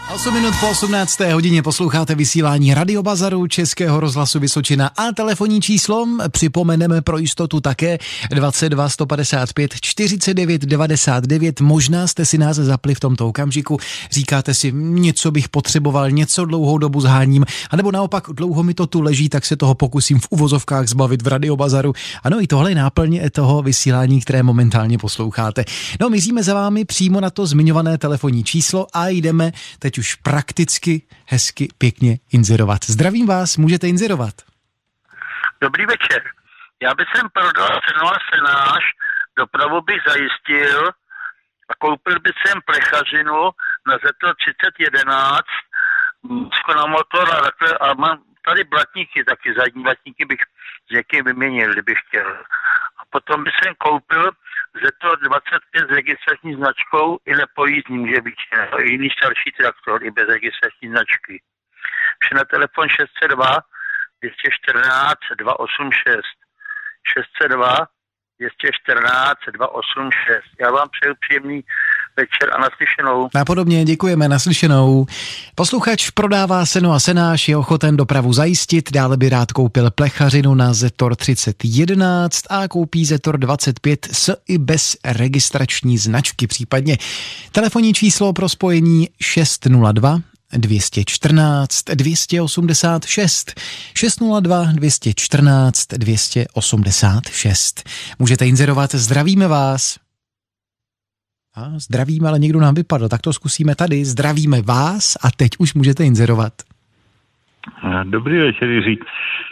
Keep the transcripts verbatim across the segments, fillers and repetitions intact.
osm minut po osmnácté hodině posloucháte vysílání Radiobazaru Českého rozhlasu Vysočina a telefonní číslo připomeneme pro jistotu také dvacet dva sto padesát pět čtyřicet devět devadesát devět. Možná jste si nás zapli v tomto okamžiku, říkáte si, něco bych potřeboval, něco dlouhou dobu zháním, anebo naopak dlouho mi to tu leží, tak se toho pokusím v uvozovkách zbavit v Radiobazaru. Ano, i tohle je náplň toho vysílání, které momentálně posloucháte. No, míříme za vámi přímo na to zmiňované telefonní číslo a jdeme teď už prakticky, hezky, pěkně inzerovat. Zdravím vás, můžete inzerovat. Dobrý večer. Já bych sem prodal Renault Senáš, dopravu bych zajistil a koupil bych sem plechařinu na Z T třicet jedenáct na motor a, takhle, a mám tady blatníky taky, zadní blatníky bych s někým vyměnil, kdybych chtěl. A potom bych sem koupil Z T dvacet pět s registrační značkou i nepojízdní, může být i jiný starší traktor i bez registrační značky. Vše na telefon šest set dva dvě stě čtrnáct dvě stě osmdesát šest. šest set dva dvě stě čtrnáct dvě stě osmdesát šest. Já vám přeju příjemný večer a naslyšenou. Napodobně děkujeme, naslyšenou. Posluchač prodává seno a senáš, je ochoten dopravu zajistit, dále by rád koupil plechařinu na Zetor třicet jedenáct a koupí Zetor dvacet pět s i bez registrační značky případně. Telefonní číslo pro spojení šest nula dva dvě stě čtrnáct dvě stě osmdesát šest. šest nula dva dvě stě čtrnáct dvě stě osmdesát šest. Můžete inzerovat, zdravíme vás. A zdravíme, ale někdo nám vypadl, tak to zkusíme tady. Zdravíme vás a teď už můžete inzerovat. Dobrý večer, Jiří.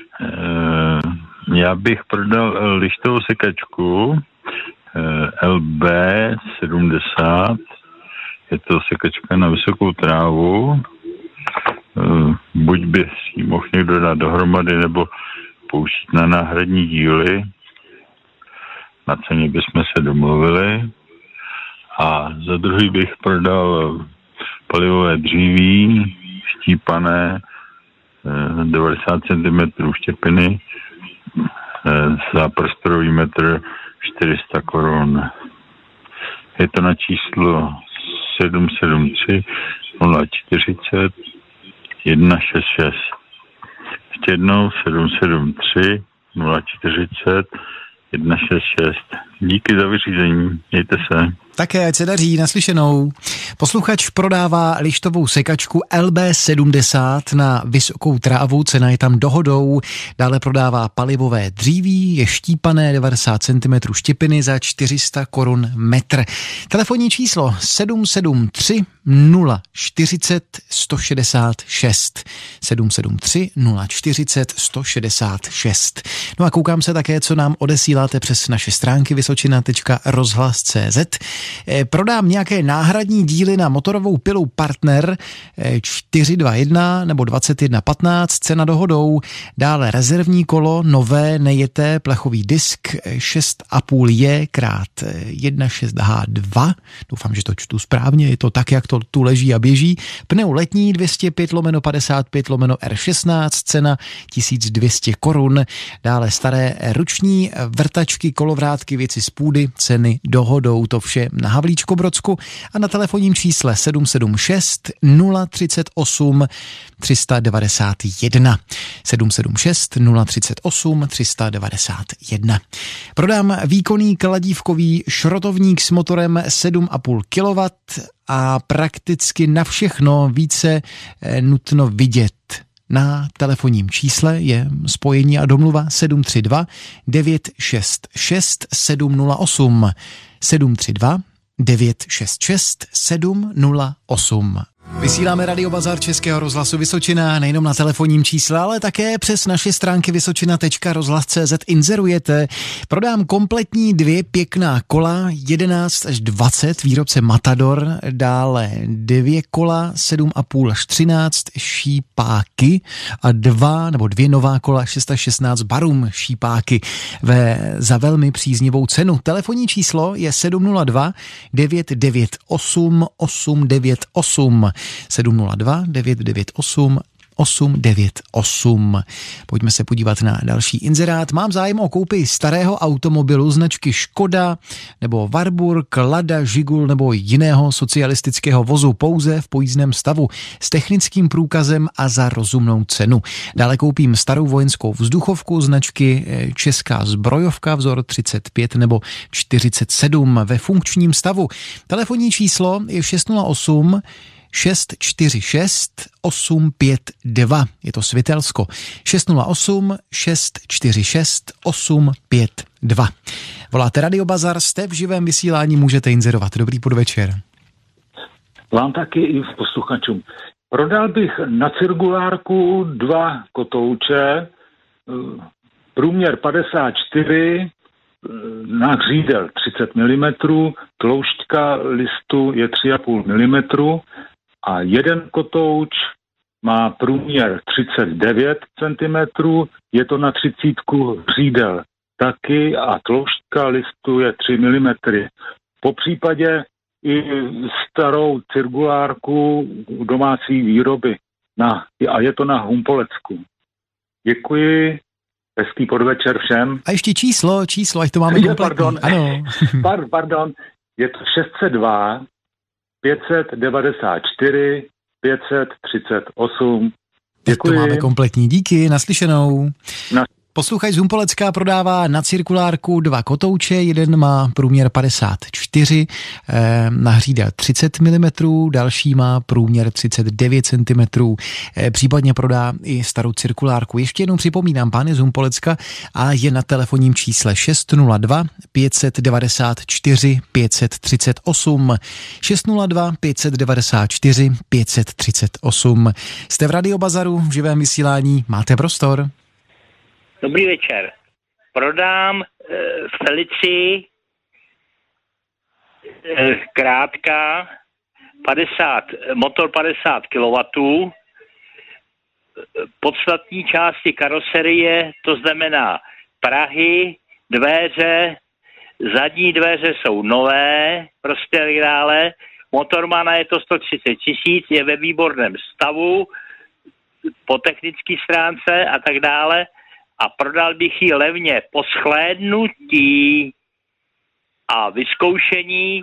Já bych prodal lištovou sekačku L B sedmdesát. Je to sekačka na vysokou trávu. Buď by si mohl někdo dát dohromady, nebo použít na náhradní díly. Na ceně bychom se domluvili. A za druhý bych prodal palivové dříví, štípané, devadesát centimetrů štěpiny, za prostorový metr čtyři sta korun. Je to na číslo sedm sedm tři nula čtyřicet jedna šest šest. Ještě jednou sedm sedm tři nula čtyřicet jedna šest šest. Díky za vyřízení, mějte se. Také, ať se daří, naslyšenou. Posluchač prodává lištovou sekačku L B sedmdesát na vysokou trávu, cena je tam dohodou. Dále prodává palivové dříví, je štípané devadesát centimetrů štěpiny za čtyři sta korun metr. Telefonní číslo sedm sedm tři nula čtyřicet sto šedesát šest. sedm sedm tři nula čtyřicet sto šedesát šest. No a koukám se také, co nám odesíláte přes naše stránky vysočina tečka rozhlas tečka cé zet. Prodám nějaké náhradní díly na motorovou pilu Partner čtyři dva jedna nebo dvacet jedna patnáct, cena dohodou. Dále rezervní kolo, nové, nejeté, plechový disk šest a půl J krát jedna šest H dva. Doufám, že to čtu správně, je to tak, jak to tu leží a běží. Pneu letní dvě stě pět lomeno padesát pět lomeno R šestnáct, cena tisíc dvě stě korun. Dále staré ruční vrtačky, kolovrátky, věci z půdy, ceny dohodou. To vše na Havlíčkobrodsku a na telefonním čísle sedm sedm šest nula třicet osm tři sta devadesát jedna. sedm sedm šest nula třicet osm tři sta devadesát jedna. Prodám výkonný kladívkový šrotovník s motorem sedm a půl kilowattů a prakticky na všechno více nutno vidět. Na telefonním čísle je spojení a domluva sedm tři dva devět šest šest sedm nula osm. sedm tři dva devět šest šest sedm nula osm. Vysíláme Radiobazar Českého rozhlasu Vysočina nejenom na telefonním čísle, ale také přes naše stránky vysočina tečka rozhlas tečka cé zet inzerujete. Prodám kompletní dvě pěkná kola, jedenáct až dvacet, výrobce Matador, dále dvě kola, sedm a půl až třináct, šípáky a dva nebo dvě nová kola, šest až šestnáct barum šípáky ve, za velmi příznivou cenu. Telefonní číslo je sedm nula dva devět devět osm osm devět osm. sedm nula dva devět devět osm osm devět osm. Pojďme se podívat na další inzerát. Mám zájem o koupi starého automobilu značky Škoda nebo Warburg, Lada, Žigul nebo jiného socialistického vozu pouze v pojízdném stavu s technickým průkazem a za rozumnou cenu. Dále koupím starou vojenskou vzduchovku značky Česká zbrojovka vzor třicet pět nebo čtyřicet sedm ve funkčním stavu. Telefonní číslo je šest nula osm šest čtyři šest osm pět dva. Je to Svitelsko. šest nula osm šest čtyři šest osm pět dva. Voláte Radio Bazar, jste v živém vysílání, můžete inzerovat. Dobrý podvečer. Vám taky i v posluchačům. Prodal bych na cirkulárku dva kotouče, průměr padesát čtyři, na hřídel třicet milimetrů, tloušťka listu je tři a půl milimetru a jeden kotouč má průměr třicet devět centimetrů, je to na třicítku hřídel taky a tloušťka listu je tři milimetry. Po případě i starou cirkulárku domácí výroby na, a je to na Humpolecku. Děkuji. Hezký podvečer všem. A ještě číslo, číslo, ať to máme kompletní. Pardon, ano. Par, pardon, je to šest set dva, pět set devadesát čtyři, pět set třicet osm. Děkuji. Tak to máme kompletní, díky, naslyšenou. Na... Posluchač z Humpolecka prodává na cirkulárku dva kotouče, jeden má průměr padesát čtyři, eh, na hřídel třicet milimetrů, další má průměr třicet devět centimetrů, eh, případně prodá i starou cirkulárku. Ještě jednou připomínám, pán je z Humpolecka a je na telefonním čísle šest nula dva pět devět čtyři pět tři osm, šest nula dva pět devět čtyři pět tři osm. Jste v Radio Bazaru v živém vysílání, máte prostor. Dobrý večer. Prodám e, Felici e, krátka padesát, motor padesát kilowattů, podstatní části karoserie, to znamená prahy, dveře, zadní dveře jsou nové, prostě tak dále. Motor má na je to sto třicet tisíc, je ve výborném stavu, po technické stránce a tak dále. A prodal bych ji levně po shlédnutí a vyzkoušení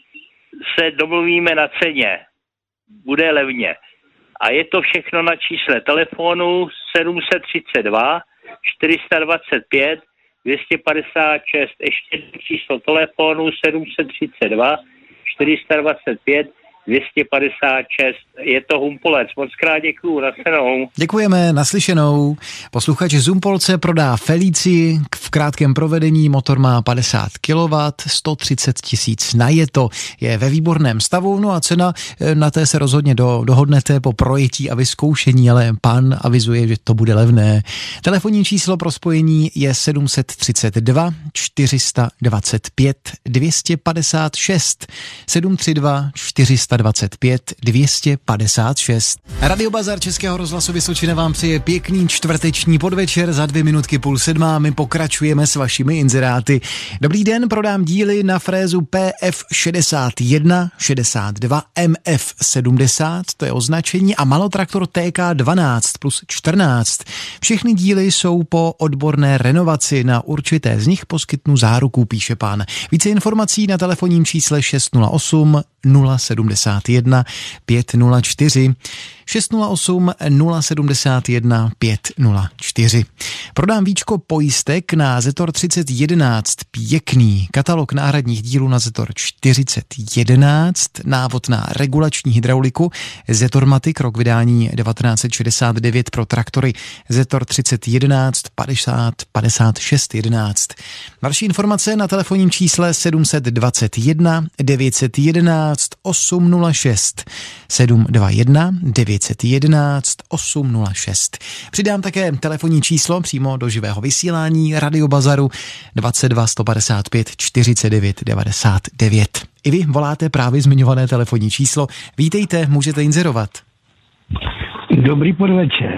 se domluvíme na ceně. Bude levně. A je to všechno na čísle telefonu sedm set třicet dva čtyři sta dvacet pět dvě stě padesát šest. Ještě číslo telefonu sedm set třicet dva čtyři sta dvacet pět dvě stě padesát šest. Je to Humpolec. Moc krát děkuju. Naslyšenou. Děkujeme, naslyšenou. Posluchač z Humpolce prodá Felici v krátkém provedení. Motor má padesát kilowattů, sto třicet tisíc na je to. Je ve výborném stavu, no a cena, na té se rozhodně do, dohodnete po projetí a vyzkoušení, ale pán avizuje, že to bude levné. Telefonní číslo pro spojení je sedm set třicet dva čtyři sta dvacet pět dvě stě padesát šest. sedm tři dva čtyři sta dvacet pět dvě stě padesát šest. Radio Bazar Českého rozhlasu Vysočina vám přeje pěkný čtvrteční podvečer, za dvě minutky půl sedmá. My pokračujeme s vašimi inzeráty. Dobrý den, prodám díly na frézu P F šedesát jedna šedesát dva M F sedmdesát, to je označení, a malotraktor T K dvanáct plus čtrnáct. Všechny díly jsou po odborné renovaci, na určité z nich poskytnu záruku, píše pán. Více informací na telefonním čísle šest nula osm nula sedmdesát jedna pět nula čtyři, šest nula osm nula sedmdesát jedna pět nula čtyři. Prodám víčko pojistek na Zetor třicet jedenáct, pěkný katalog náhradních dílů na Zetor čtyřicet jedenáct, návod na regulační hydrauliku, Zetormatic, rok vydání devatenáct set šedesát devět pro traktory, Zetor třicet jedenáct padesát padesát šest jedenáct. Další informace na telefonním čísle sedm set dvacet jedna devět set jedenáct osm nula šest, sedm dva jedna devět set jedenáct osm nula šest. Přidám také telefonní číslo přímo do živého vysílání Radio Bazaru dvacet dva sto padesát pět čtyřicet devět devadesát devět. I vy voláte právě zmiňované telefonní číslo. Vítejte, můžete inzerovat. Dobrý podvečer.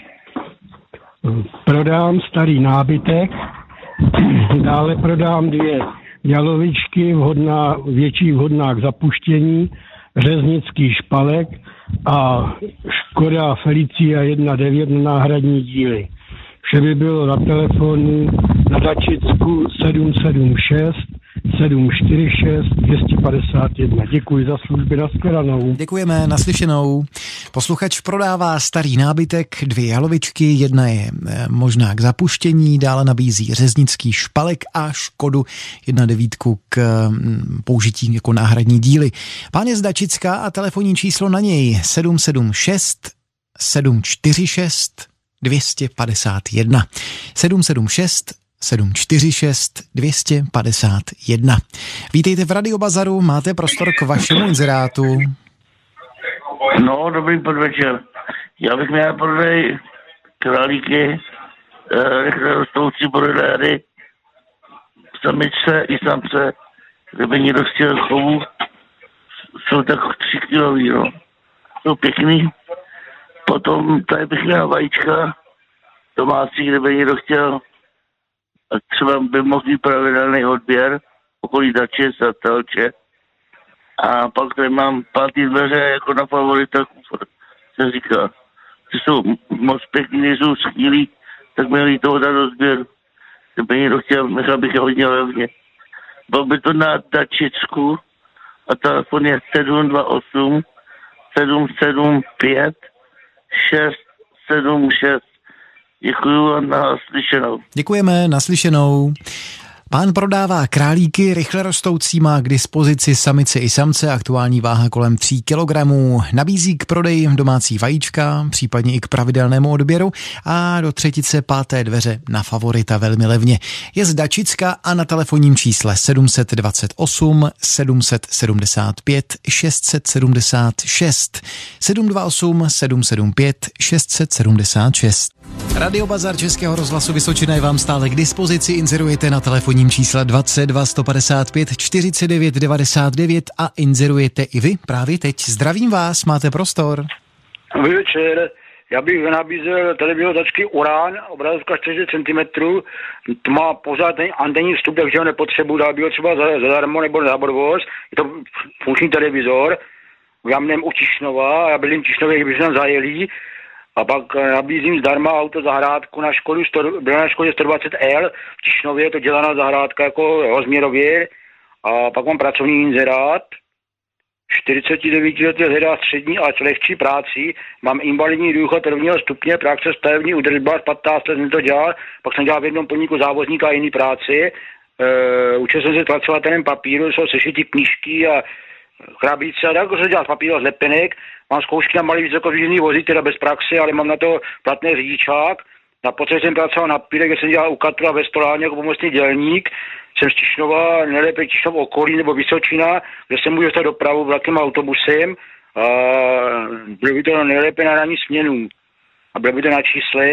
Prodám starý nábytek, dále prodám dvě jalovičky, vhodná, větší vhodná k zapuštění, řeznický špalek a Škoda Felicia jedna devět na náhradní díly. Vše by bylo na telefonu na Dačicku sedm sedm šest sedm čtyři šest dvě padesát jedna. Děkuji za služby, nashledanou. Děkujeme, naslyšenou. Posluchač prodává starý nábytek, dvě jalovičky, jedna je možná k zapuštění, dále nabízí řeznický špalek a Škodu jedna devítku k použití jako náhradní díly. Pán je z Dačicka a telefonní číslo na něj sedm sedm šest sedm čtyři šest dvě padesát jedna. sedm sedm šest sedm čtyři šest dvě padesát jedna. Vítejte v Radiobazaru, máte prostor k vašemu inzerátu. No, dobrý podvečer. Já bych měl prodej králíky, rychle rostoucí brodéry, samičce i samce, kdyby někdo chtěl chovu, jsou tak tři kilový, no. Jsou pěkný. Potom tady bych měl vajíčka domácí, kdyby někdo chtěl, a třeba by mohl být pravidelný odběr okolí Dačic a Telče. A pak tady mám pátý dveře jako na Favorita, se říká. Ty jsou moc pěkný, nejsou schýlí, tak měli toho dát do sběru. Kdyby někdo chtěl, nechal bych je hodně levně. Byl by to na Dačicku a telefon je sedm dva osm sedm sedm pět šest sedm šest. Děkuju a naslyšenou. Děkujeme, naslyšenou. Pán prodává králíky, rychle rostoucí, má k dispozici samice i samce, aktuální váha kolem tří kilogramů. Nabízí k prodeji domácí vajíčka, případně i k pravidelnému odběru a do třetice páté dveře na Favorita velmi levně. Je z Dačicka a na telefonním čísle sedm dva osm sedm sedm pět šest sedm šest sedm dva osm sedm sedm pět šest sedm šest. Radiobazar Českého rozhlasu Vysočina je vám stále k dispozici. Inzerujete na telefonním čísle dvacet dva sto padesát pět čtyřicet devět devadesát devět a inzerujete i vy právě teď. Zdravím vás, máte prostor. Dobrý večer. Já bych nabízel televizotačky Uran, obrazovka čtyřicet centimetrů, to má pořád ten antenní vstup, takže ho nepotřebuji, dal bych ho třeba zadarmo nebo za bodvoz. Je to funkční televizor, já mnem u Tišnova, já bydlím v Tišnově, když jsem zajelý, a pak nabízím zdarma auto zahrádku na Škodu, byla na Škodě sto dvacet L v Tišnově, je to dělaná zahrádka jako rozměrově, a pak mám pracovní inzerát, čtyřicet devět let hledá střední a lehčí práci, mám invalidní důchod prvního stupně, praxe stavební údržba, patnáct let jsem to dělal, pak jsem dělal v jednom podniku závozníka a jiný práci, e, učil jsem se zpracovatelem papíru, jsou sešity knížky a krabice a tak se dělal z papíru a z lepenek, mám zkoušky na malý vysokořízený vozík, teda bez praxe, ale mám na to platný řidičák. Na potřebě jsem pracoval na Píle, kde jsem dělal u Katra ve Stolání jako pomocný dělník. Jsem z Tišnova, nejlépe Tišnov okolí nebo Vysočina, kde jsem můžu dostat dopravu vlakem a autobusem. A bylo by to nejlépe na ranní směnu. A bylo by to na čísle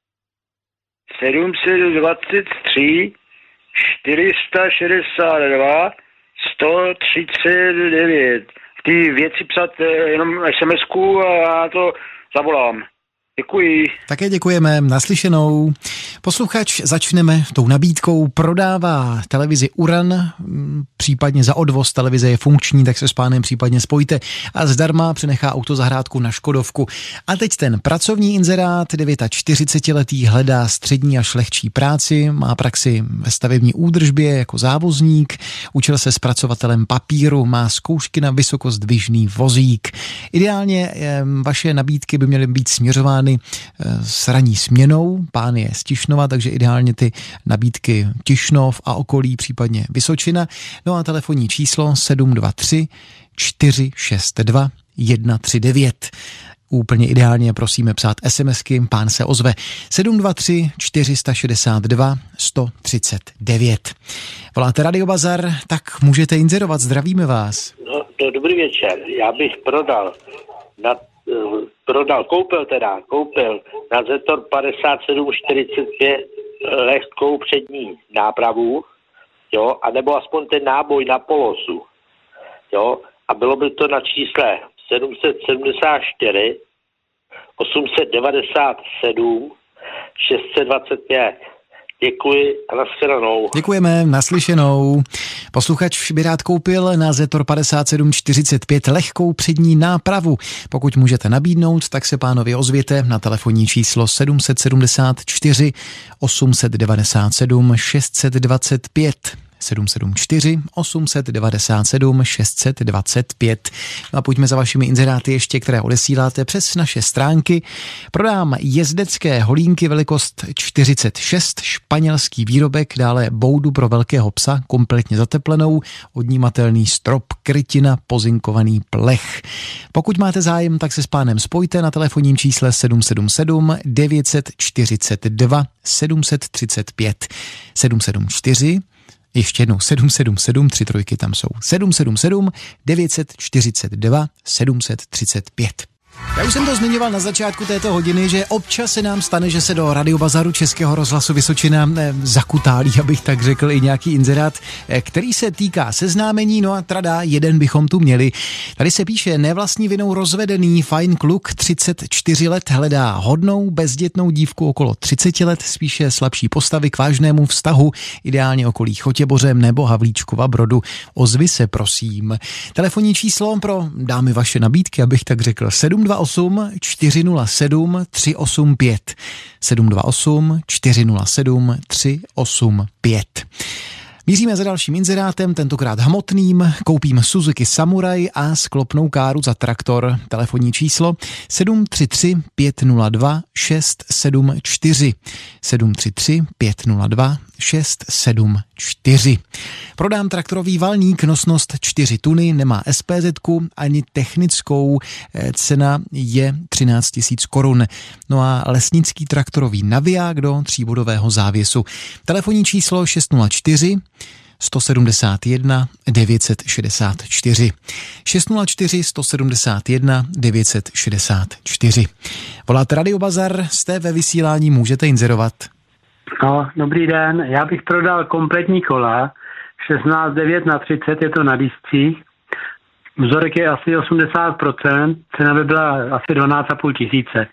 sedm set dvacet tři čtyři sta šedesát dva sto třicet devět. Ty věci psat jenom es em esku a to zavolám. Děkuji. Také děkujeme, naslyšenou. Posluchač, začneme tou nabídkou. Prodává televizi Uran, případně za odvoz televize je funkční, tak se s pánem případně spojte a zdarma přenechá autozahrádku na Škodovku. A teď ten pracovní inzerát, čtyřicetiletý hledá střední až lehčí práci, má praxi ve stavební údržbě jako závozník, učil se zpracovatelem papíru, má zkoušky na vysokozdvižný vozík. Ideálně vaše nabídky by měly být směřovány s ranní směnou, pán je z Tišnova, takže ideálně ty nabídky Tišnov a okolí, případně Vysočina. No a telefonní číslo sedm dva tři čtyři šest dva jedna tři devět. Úplně ideálně prosíme psát SMSky, pán se ozve sedm dva tři čtyři šest dva sto třicet devět. Voláte Radiobazar, tak můžete inzerovat, zdravíme vás. No, to dobrý večer, já bych prodal na prodal, koupil teda, koupil na Zetor padesát sedm čtyřicet pět lehkou přední nápravu, jo, anebo aspoň ten náboj na polosu, jo, a bylo by to na čísle sedm set sedmdesát čtyři osm set devadesát sedm šest set dvacet pět. Děkuji a nashledanou. Děkujeme, naslyšenou. Posluchač by rád koupil na Zetor padesát sedm čtyřicet pět lehkou přední nápravu. Pokud můžete nabídnout, tak se pánovi ozvěte na telefonní číslo sedm sedm čtyři osm devět sedm šest dva pět. sedm sedm čtyři osm devět sedm šest dva pět. No a pojďme za vašimi inzeráty ještě, které odesíláte přes naše stránky. Prodám jezdecké holínky velikost čtyřicet šest, španělský výrobek, dále boudu pro velkého psa, kompletně zateplenou, odnímatelný strop, krytina, pozinkovaný plech. Pokud máte zájem, tak se s pánem spojte na telefonním čísle sedm sedm sedm devět čtyři dva sedm tři pět. sedm sedm čtyři Ještě jednou sedm sedm sedm, tři trojky tam jsou. sedm sedm sedm devět čtyři dva sedm tři pět. Já už jsem to zmiňoval na začátku této hodiny, že občas se nám stane, že se do Radiobazaru Českého rozhlasu Vysočina zakutálí, abych tak řekl, i nějaký inzerát, který se týká seznámení, no a trada, jeden bychom tu měli. Tady se píše, nevlastní vinou rozvedený fajn kluk, třicet čtyři let, hledá hodnou, bezdětnou dívku okolo třicet let, spíše slabší postavy k vážnému vztahu, ideálně okolí Chotěboře nebo Havlíčkova Brodu. Ozvi se, prosím. Telefonní číslo pro dámy vaše nabídky, abych tak řekl, sedm dva osm čtyři nula sedm tři osm pět. sedm dva osm čtyři nula sedm tři osm pět. Míříme za dalším inzerátem, tentokrát hmotným. Koupím Suzuki Samurai a sklopnou káru za traktor. Telefonní číslo sedm tři tři pět nula dva šest sedm čtyři. sedm tři tři pět nula dva šest sedm čtyři. Prodám traktorový valník, nosnost čtyři tuny, nemá es pé zetku ani technickou, cena je třináct tisíc korun. No a lesnický traktorový naviják do tříbodového závěsu. Telefonní číslo šest nula čtyři sto sedmdesát jedna devět set šedesát čtyři. šest nula čtyři sto sedmdesát jedna devět set šedesát čtyři. Voláte Radiobazar, jste ve vysílání, můžete inzerovat. No, dobrý den, já bych prodal kompletní kola, šestnáct devět na třicet, je to na discích. Vzorek je asi osmdesát procent, cena by byla asi dvanáct a půl tisíce.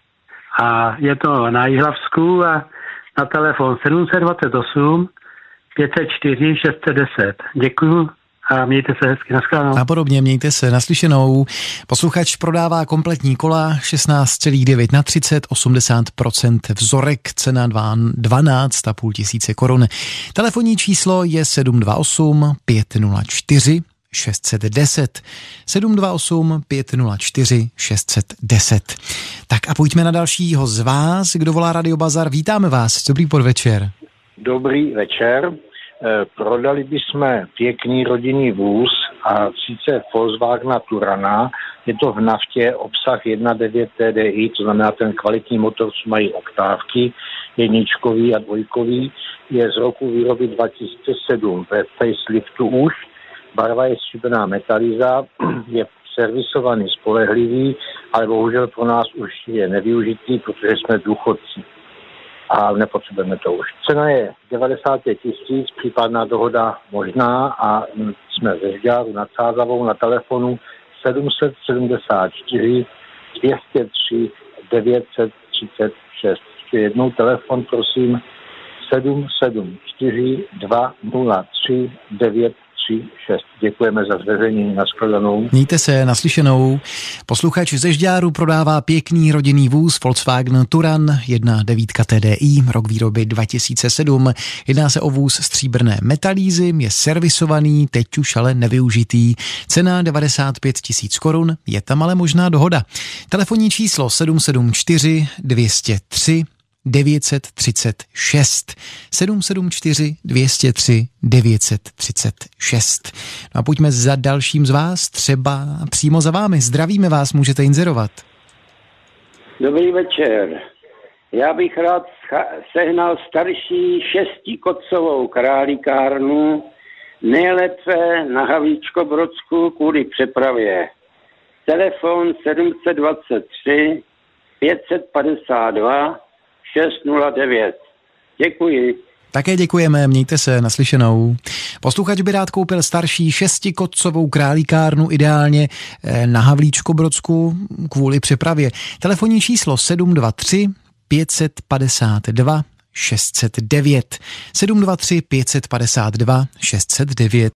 A je to na Jihlavsku a na telefon sedm dvacet osm pět set čtyři šest set deset. Děkuju a mějte se hezky, naschledanou. A podobně, mějte se, naslyšenou. Posluchač prodává kompletní kola, šestnáct celá devět na třicet, osmdesát procent vzorek, cena dvanáct a půl tisíce korun. Telefonní číslo je sedm dva osm pět nula čtyři šest set deset. sedm dva osm pět nula čtyři šest set deset. Tak a pojďme na dalšího z vás, kdo volá Radiobazar. Vítáme vás, dobrý podvečer. Dobrý večer. Prodali bychom pěkný rodinný vůz a sice Volkswagen Turana. Je to v naftě, obsah jedna devět T D I, to znamená ten kvalitní motor, co mají oktávky, jedničkový a dvojkový. Je z roku výroby dva tisíce sedm, ve faceliftu už. Barva je stříbrná metaliza, je servisovaný, spolehlivý, ale bohužel pro nás už je nevyužitý, protože jsme důchodci a nepotřebujeme to už. Cena je devadesát pět tisíc, případná dohoda možná a jsme ze Žďáru nad Sázavou na telefonu sedm sedmdesát čtyři dvě stě tři devět set třicet šest. Ještě jednou telefon, prosím, sedm sedm čtyři dva nula tři devět tři šest. Děkujeme za zveřejnění, nashledanou. Mějte se, naslyšenou. Posluchač ze Žďáru prodává pěkný rodinný vůz Volkswagen Touran jedna devět T D I, rok výroby dva tisíce sedm. Jedná se o vůz stříbrné metalízy, je servisovaný, teď už ale nevyužitý. Cena devadesát pět tisíc korun, je tam ale možná dohoda. Telefonní číslo sedm sedm čtyři dvě nula tři devět set třicet šest. sedm sedm čtyři dvě nula tři devět set třicet šest. No a pojďme za dalším z vás, třeba přímo za vámi. Zdravíme vás, můžete inzerovat. Dobrý večer. Já bych rád sehnal starší šestikotcovou králíkárnu, nejlépe na Havlíčkobrodsku kvůli přepravě. Telefon sedm dva tři pět padesát dva šest nula devět. Děkuji. Také děkujeme, mějte se, naslyšenou. Posluchač by rád koupil starší šestikotcovou králíkárnu, ideálně na Havlíčkobrodsku kvůli přepravě. Telefonní číslo sedm dva tři pět padesát dva šest set devět. sedm dva tři pět set padesát dva šest set devět.